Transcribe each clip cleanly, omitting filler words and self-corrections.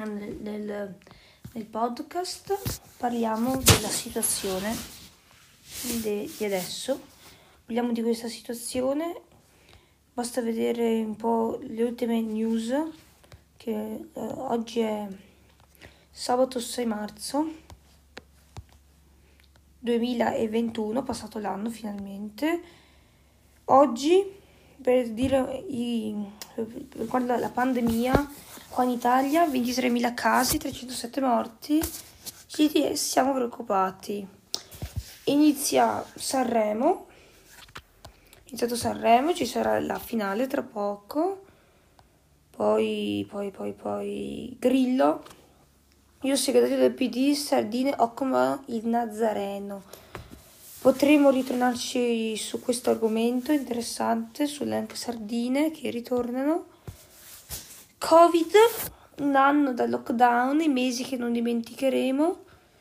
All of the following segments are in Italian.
nel podcast parliamo della situazione di adesso. Parliamo di questa situazione, basta vedere un po' le ultime news, che oggi è sabato 6 marzo 2021, passato l'anno finalmente. Oggi, per dire riguardo la pandemia, qua in Italia 23.000 casi, 307 morti, siamo preoccupati. Iniziato Sanremo, ci sarà la finale tra poco, poi Grillo, io segretario del PD, Sardine, Occoma, il Nazareno. Potremo ritornarci su questo argomento interessante, sulle anche sardine che ritornano. Covid, un anno dal lockdown, i mesi che non dimenticheremo.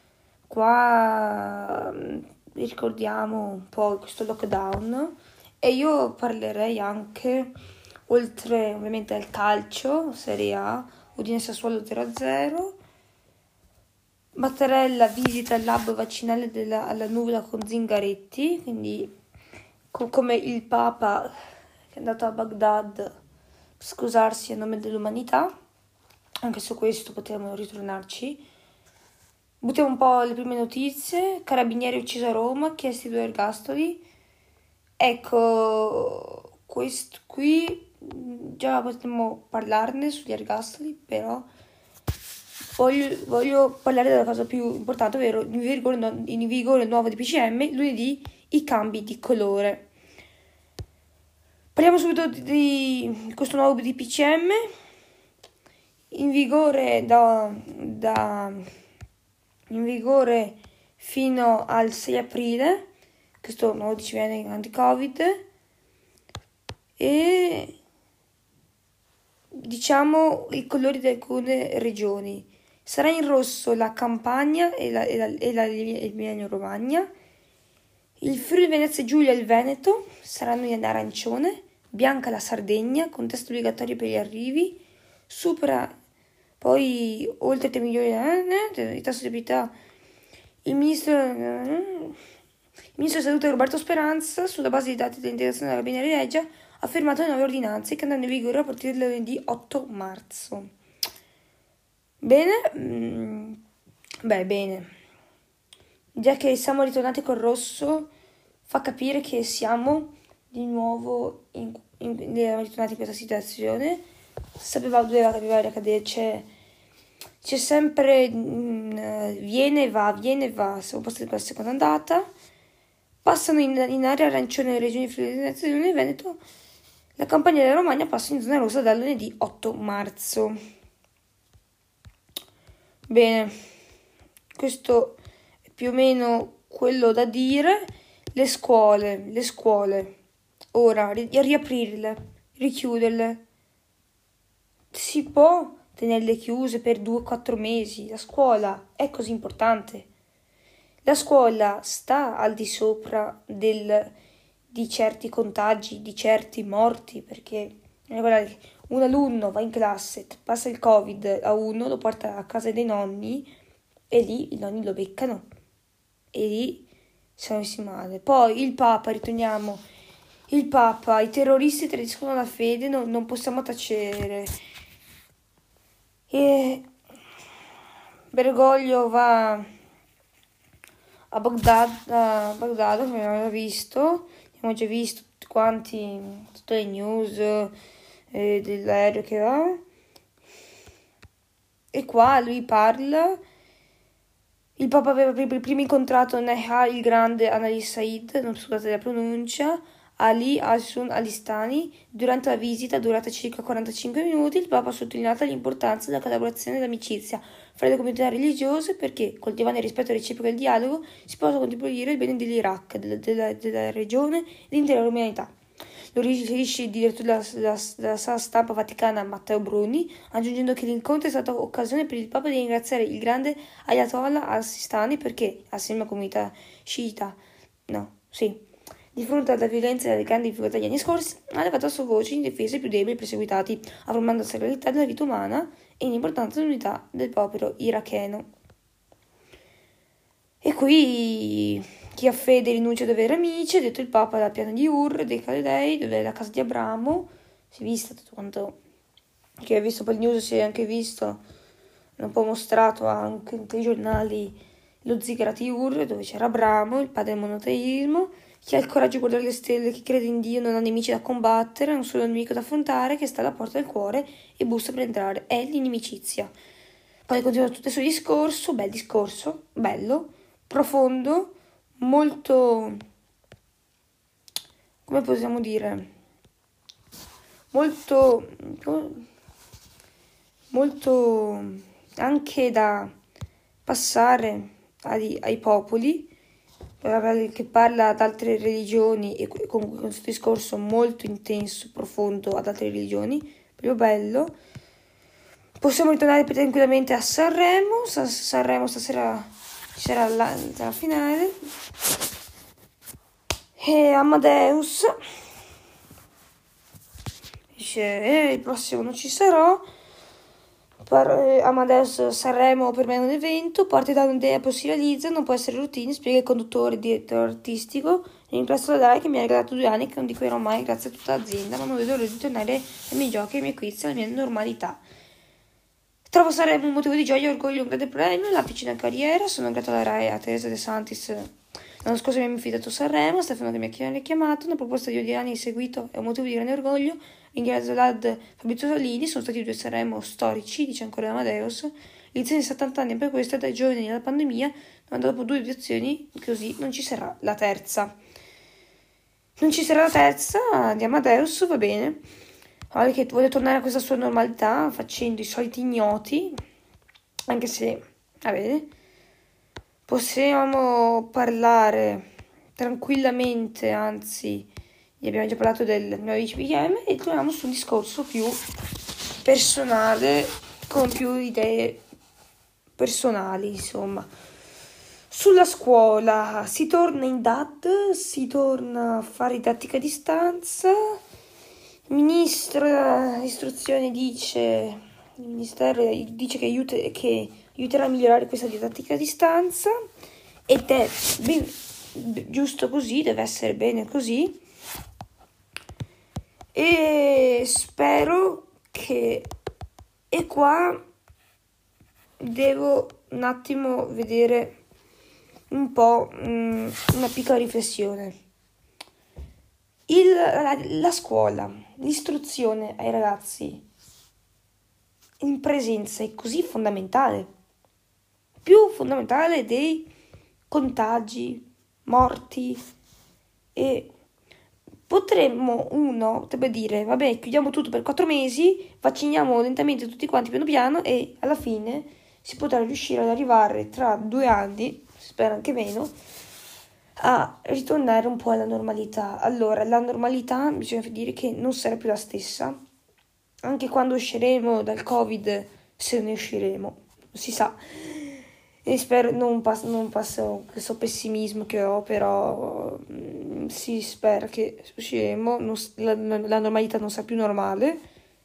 Qua ricordiamo un po' questo lockdown e io parlerei anche, oltre ovviamente al calcio, Serie A, Udinese Sassuolo 0-0, Mattarella visita il lab vaccinale alla Nuvola con Zingaretti, quindi come il Papa che è andato a Baghdad per scusarsi a nome dell'umanità. Anche su questo potremmo ritornarci. Buttiamo un po' le prime notizie. Carabinieri ucciso a Roma, chiesti 2 ergastoli. Ecco, questo qui già potremmo parlarne sugli ergastoli, però voglio parlare della cosa più importante, ovvero in vigore nuovo di PCM, lunedì i cambi di colore. Parliamo subito di questo nuovo DPCM, in vigore in vigore fino al 6 aprile, questo nuovo DPCM anti-Covid, e diciamo i colori di alcune regioni. Sarà in rosso la Campania e l'Emilia Romagna, il Friuli Venezia Giulia e il Veneto saranno in arancione, bianca la Sardegna con test obbligatorio per gli arrivi, supera poi oltre 3 milioni di tasso di abilità. Il ministro di Salute Roberto Speranza, sulla base dei dati dell'integrazione della Carabinieri Regia, ha firmato le nuove ordinanze che andranno in vigore a partire dal lunedì 8 marzo. Bene. Già che siamo ritornati col rosso, fa capire che siamo di nuovo ritornati in questa situazione. Sapevamo doveva accadere, c'è sempre viene e va, siamo passati per la seconda andata. Passano in area arancione le regioni Friuli Venezia Giulia e Veneto. La Campania della Romagna passa in zona rossa dal lunedì 8 marzo. Bene, questo è più o meno quello da dire. Le scuole, ora riaprirle, richiuderle. Si può tenerle chiuse per 2-4 mesi? La scuola è così importante? La scuola sta al di sopra di certi contagi, di certi morti, perché guardate, un alunno va in classe, passa il Covid a uno, lo porta a casa dei nonni e lì i nonni lo beccano e lì siamo messi male. Poi il Papa, ritorniamo, il Papa, i terroristi tradiscono la fede, non possiamo tacere. E Bergoglio va a Baghdad, come abbiamo visto, abbiamo già visto tutti quanti, tutte le news dell'aereo che va, e qua lui parla. Il Papa aveva prima incontrato Neha il grande Ali Said, non scusate la pronuncia, Ali Hassan Alistani. Durante la visita, durata circa 45 minuti, il Papa ha sottolineato l'importanza della collaborazione e dell'amicizia fra le comunità religiose, perché, coltivando il rispetto reciproco e il dialogo, si possa contribuire il bene dell'Iraq, della regione e dell'intera umanità. Lo riferisce il direttore della sala stampa vaticana Matteo Bruni, aggiungendo che l'incontro è stata occasione per il Papa di ringraziare il grande Ayatollah al-Sistani perché, assieme alla comunità sciita, di fronte alla violenza e alle grandi difficoltà degli anni scorsi, ha levato la sua voce in difesa dei più deboli e perseguitati, affermando la sacralità della vita umana e l'importanza dell'unità del popolo iracheno. E qui chi ha fede rinuncia ad avere amici, ha detto il Papa dal piano di Ur, dei Caldei, dove è la casa di Abramo. Si è visto tutto quanto, chi ha visto poi il news si è anche visto, hanno un po' mostrato anche in telegiornali lo ziggurat di Ur, dove c'era Abramo, il padre del monoteismo. Chi ha il coraggio di guardare le stelle, chi crede in Dio non ha nemici da combattere, ha un solo nemico da affrontare che sta alla porta del cuore e bussa per entrare, è l'inimicizia. Poi continua tutto il suo discorso, bel discorso, bello, profondo, molto, come possiamo dire, molto anche da passare ai popoli, che parla ad altre religioni e con questo discorso molto intenso, profondo ad altre religioni, proprio bello. Possiamo ritornare tranquillamente a Sanremo. Sanremo stasera ci sarà la finale. E Amadeus dice: il prossimo non ci sarò. Amadeus Sanremo per me è un evento, parte da un'idea, poi si realizza, non può essere routine, spiega il conduttore, il direttore artistico. Ringrazio la DAI che mi ha regalato 2 anni che non dico mai grazie a tutta l'azienda, ma non vedo l'ora di tornare ai miei giochi, ai miei quiz, alla mia normalità. Trovo Sanremo un motivo di gioia e orgoglio, un grande premio, la vicina carriera. Sono grata alla RAI, a Teresa De Santis. L'anno scorso mi ha infidato Sanremo, Stefano che mi ha richiamato, una proposta di Odiani seguito è un motivo di grande orgoglio. Ringrazio l'AD Fabrizio Salini, sono stati 2 Sanremo storici, dice ancora Amadeus. L'inizio di 70 anni per questo, dai giovani alla pandemia, ma dopo 2 edizioni, così non ci sarà la terza. Non ci sarà la terza di Amadeus, va bene. Allora che vuole tornare a questa sua normalità facendo i soliti ignoti, anche se, va bene, possiamo parlare tranquillamente, anzi, gli abbiamo già parlato del 9 pm e torniamo su un discorso più personale, con più idee personali, insomma. Sulla scuola si torna in DAD, si torna a fare didattica a distanza. Il ministro dell'istruzione dice che aiuterà a migliorare questa didattica a distanza ed è giusto così, deve essere bene così. E spero che... E qua devo un attimo vedere un po' una piccola riflessione. La scuola, l'istruzione ai ragazzi in presenza è così fondamentale, più fondamentale dei contagi, morti, e potrebbe dire, vabbè, chiudiamo tutto per 4 mesi, vacciniamo lentamente tutti quanti piano piano e alla fine si potrà riuscire ad arrivare tra 2 anni, spero anche meno, a ritornare un po' alla normalità. Allora, la normalità bisogna dire che non sarà più la stessa, anche quando usciremo dal Covid, se ne usciremo, non si sa. E spero non passo questo pessimismo che ho, però si spera che usciremo, la normalità non sarà più normale.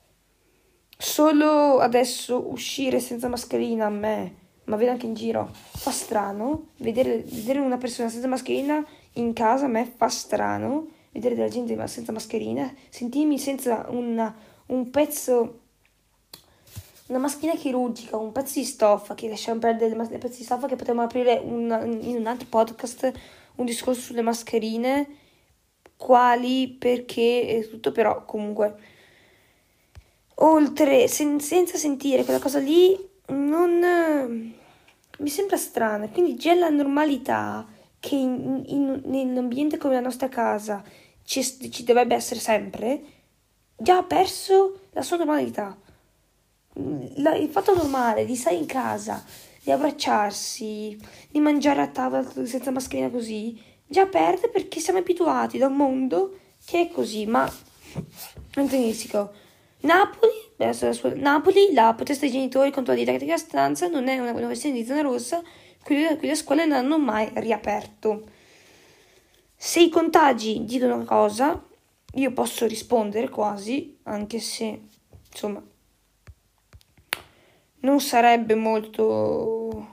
Solo adesso uscire senza mascherina a me, ma vedo anche in giro, fa strano. Vedere una persona senza mascherina in casa a me fa strano. Vedere della gente senza mascherina, sentirmi senza un pezzo, una mascherina chirurgica, un pezzo di stoffa, che lasciamo perdere le pezzi di stoffa, che potremmo aprire in un altro podcast un discorso sulle mascherine, quali, perché e tutto, però comunque oltre, senza sentire quella cosa lì, non mi sembra strana. Quindi già la normalità che in un ambiente come la nostra casa ci dovrebbe essere sempre, già ha perso la sua normalità. Il fatto normale di stare in casa, di abbracciarsi, di mangiare a tavola senza mascherina così, già perde perché siamo abituati da un mondo che è così. Ma Antonisico, Napoli, la protesta dei genitori contro la didattica a distanza non è una questione di zona rossa, qui le scuole non hanno mai riaperto. Se i contagi dicono una cosa, io posso rispondere quasi, anche se, insomma, non sarebbe molto.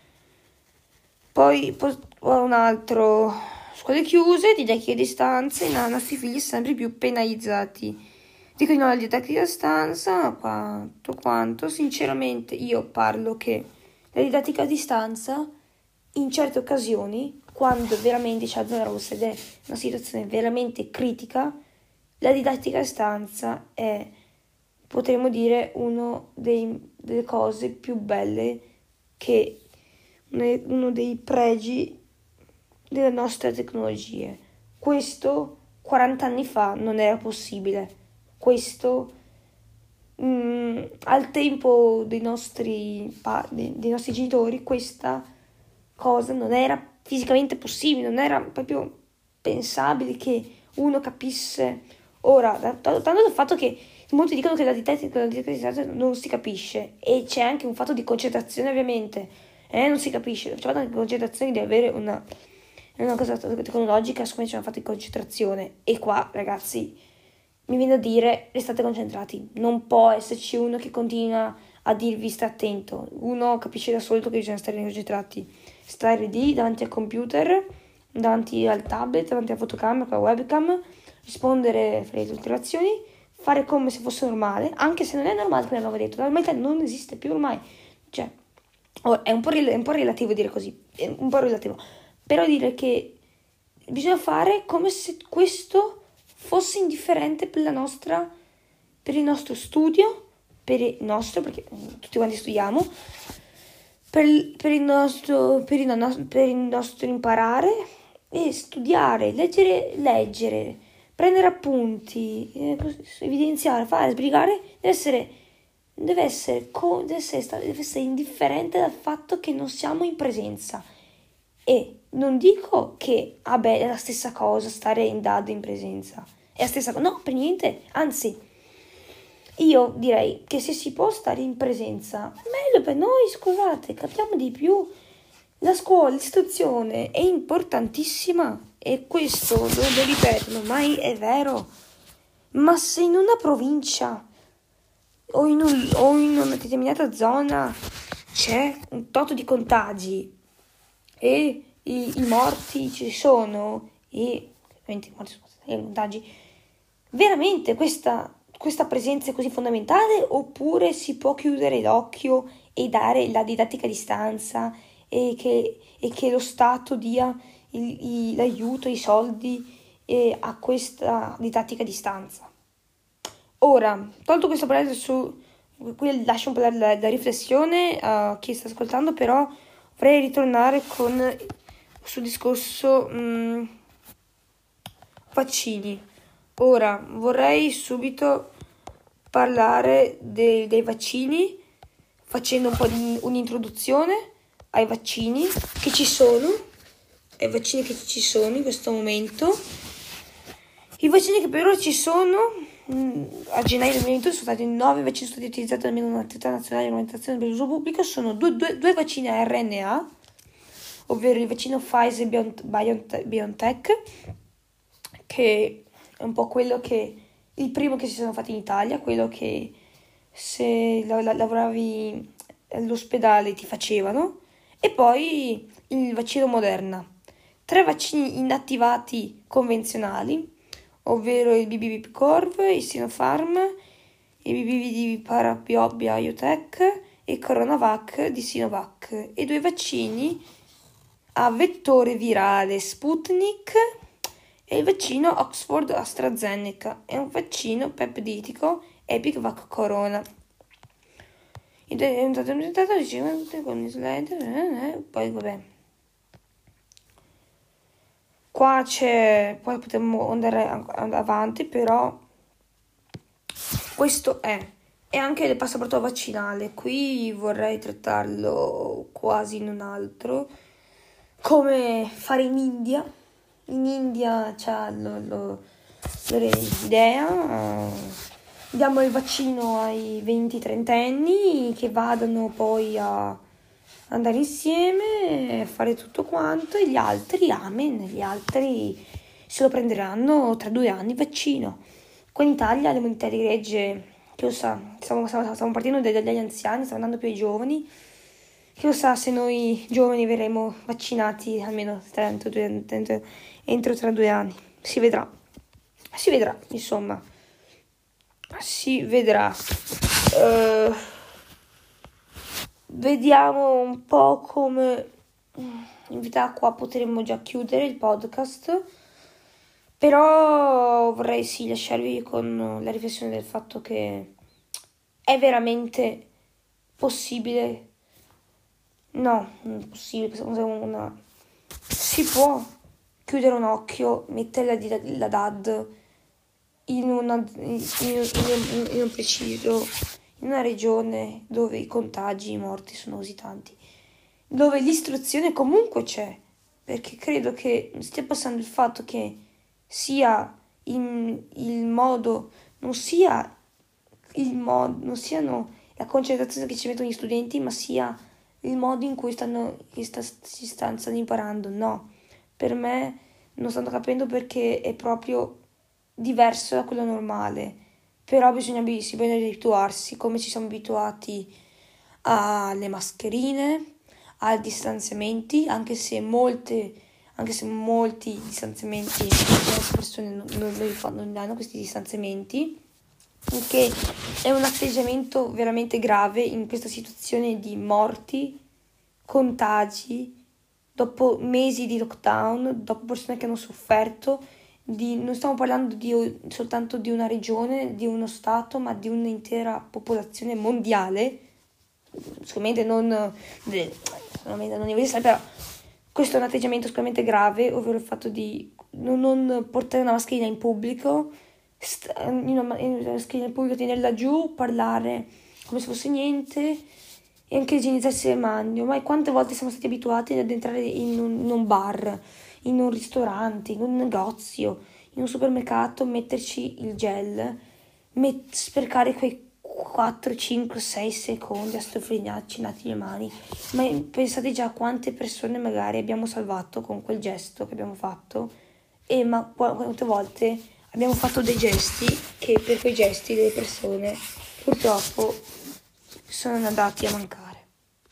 Poi un altro, scuole chiuse, didattica a distanza, i nostri figli sempre più penalizzati. Dico di no alla didattica a distanza, quanto. Sinceramente io parlo che la didattica a distanza in certe occasioni, quando veramente c'è la zona rossa ed è una situazione veramente critica, la didattica a distanza è, potremmo dire, una delle cose più belle, che uno dei pregi delle nostre tecnologie. Questo 40 anni fa non era possibile. Questo al tempo dei nostri genitori questa cosa non era fisicamente possibile, non era proprio pensabile che uno capisse. Ora, tanto dal fatto che molti dicono che la didattica non si capisce, e c'è anche un fatto di concentrazione, ovviamente, non si capisce, c'è anche concentrazione di avere una cosa tecnologica, siccome c'è un fatto di concentrazione, e qua, ragazzi, mi viene a dire, restate concentrati, non può esserci uno che continua a dirvi sta attento, uno capisce da solo che bisogna stare concentrati, stare lì davanti al computer, davanti al tablet, davanti alla fotocamera, alla webcam, rispondere, fare le interazioni, fare come se fosse normale, anche se non è normale, come abbiamo detto, la normalità non esiste più ormai, cioè, è un po' relativo dire così, è un po' relativo, però dire che bisogna fare come se questo fosse indifferente per il nostro studio, perché tutti quanti studiamo, per il nostro imparare e studiare, leggere, prendere appunti, evidenziare, fare, sbrigare, deve essere indifferente dal fatto che non siamo in presenza. E non dico che è la stessa cosa stare in DAD in presenza, è la stessa cosa, no, per niente, anzi, io direi che se si può stare in presenza, meglio per noi, scusate, capiamo di più. La scuola, l'istruzione è importantissima, e questo lo ripeto, ormai è vero, ma se in una provincia o in una determinata zona c'è un tot di contagi e i morti ci sono, e ovviamente i morti sono i contagi, veramente questa presenza è così fondamentale, oppure si può chiudere l'occhio e dare la didattica a distanza e che lo Stato dia l'aiuto, i soldi a questa didattica a distanza? Ora, tolto questo parere qui lascio un po' la riflessione a chi sta ascoltando, però vorrei ritornare sul discorso vaccini. Ora, vorrei subito parlare dei vaccini, facendo un po' di un'introduzione ai vaccini che ci sono, in questo momento. I vaccini che per ora ci sono, a gennaio 2022 sono stati 9 vaccini stati utilizzati dall'Autorità Nazionale di Regolamentazione dell'Uso Pubblico, sono due vaccini a RNA, ovvero il vaccino Pfizer-BioNTech, che è un po' il primo che si sono fatti in Italia, quello che se lavoravi all'ospedale ti facevano, e poi il vaccino Moderna. 3 vaccini inattivati convenzionali, ovvero il BBB Corv, il Sinopharm, il BBB di Biotech e il Coronavac di Sinovac, e 2 vaccini a vettore virale Sputnik e il vaccino Oxford AstraZeneca e un vaccino peptiditico EpicVac Corona. È stato presentato con slide, poi vabbè. Qua poi potremmo andare avanti, però questo è. E anche il passaporto vaccinale, qui vorrei trattarlo quasi in un altro, come fare in India. In India c'ha l'idea, diamo il vaccino ai 20-30 anni che vadano poi a andare insieme, fare tutto quanto, e gli altri se lo prenderanno tra 2 anni il vaccino. Qua in Italia l'immunità di gregge Che lo sa, stiamo partendo dagli anziani, stiamo andando più ai giovani. Che lo sa se noi giovani verremo vaccinati almeno entro tra 2 anni. Si vedrà, insomma, si vedrà. Vediamo un po' come in vita qua potremmo già chiudere il podcast, però vorrei sì lasciarvi con la riflessione del fatto che è veramente possibile. No, non è possibile, si può chiudere un occhio, mettere la DAD in un preciso, in una regione dove i contagi, i morti sono così tanti, dove l'istruzione comunque c'è, perché credo che stia passando il fatto che sia il modo, non siano la concentrazione che ci mettono gli studenti, ma sia il modo in cui si stanno imparando. No, per me non stanno capendo perché è proprio diverso da quello normale, però bisogna abituarsi come ci siamo abituati alle mascherine, ai distanziamenti, anche se molti distanziamenti, molte persone non hanno questi distanziamenti, che è un atteggiamento veramente grave in questa situazione di morti, contagi, dopo mesi di lockdown, dopo persone che hanno sofferto. Non stiamo parlando soltanto di una regione, di uno stato, ma di un'intera popolazione mondiale. Sicuramente non universale, però questo è un atteggiamento sicuramente grave, ovvero il fatto di non portare una mascherina in pubblico, tenerla giù, parlare come se fosse niente e anche igienizzarsi le mani. Ormai quante volte siamo stati abituati ad entrare in un bar, in un ristorante, in un negozio, in un supermercato, metterci il gel, sprecare quei 4, 5, 6 secondi a strofinarci le mani. Ma pensate già quante persone magari abbiamo salvato con quel gesto che abbiamo fatto, ma quante volte abbiamo fatto dei gesti che per quei gesti delle persone purtroppo sono andati a mancare.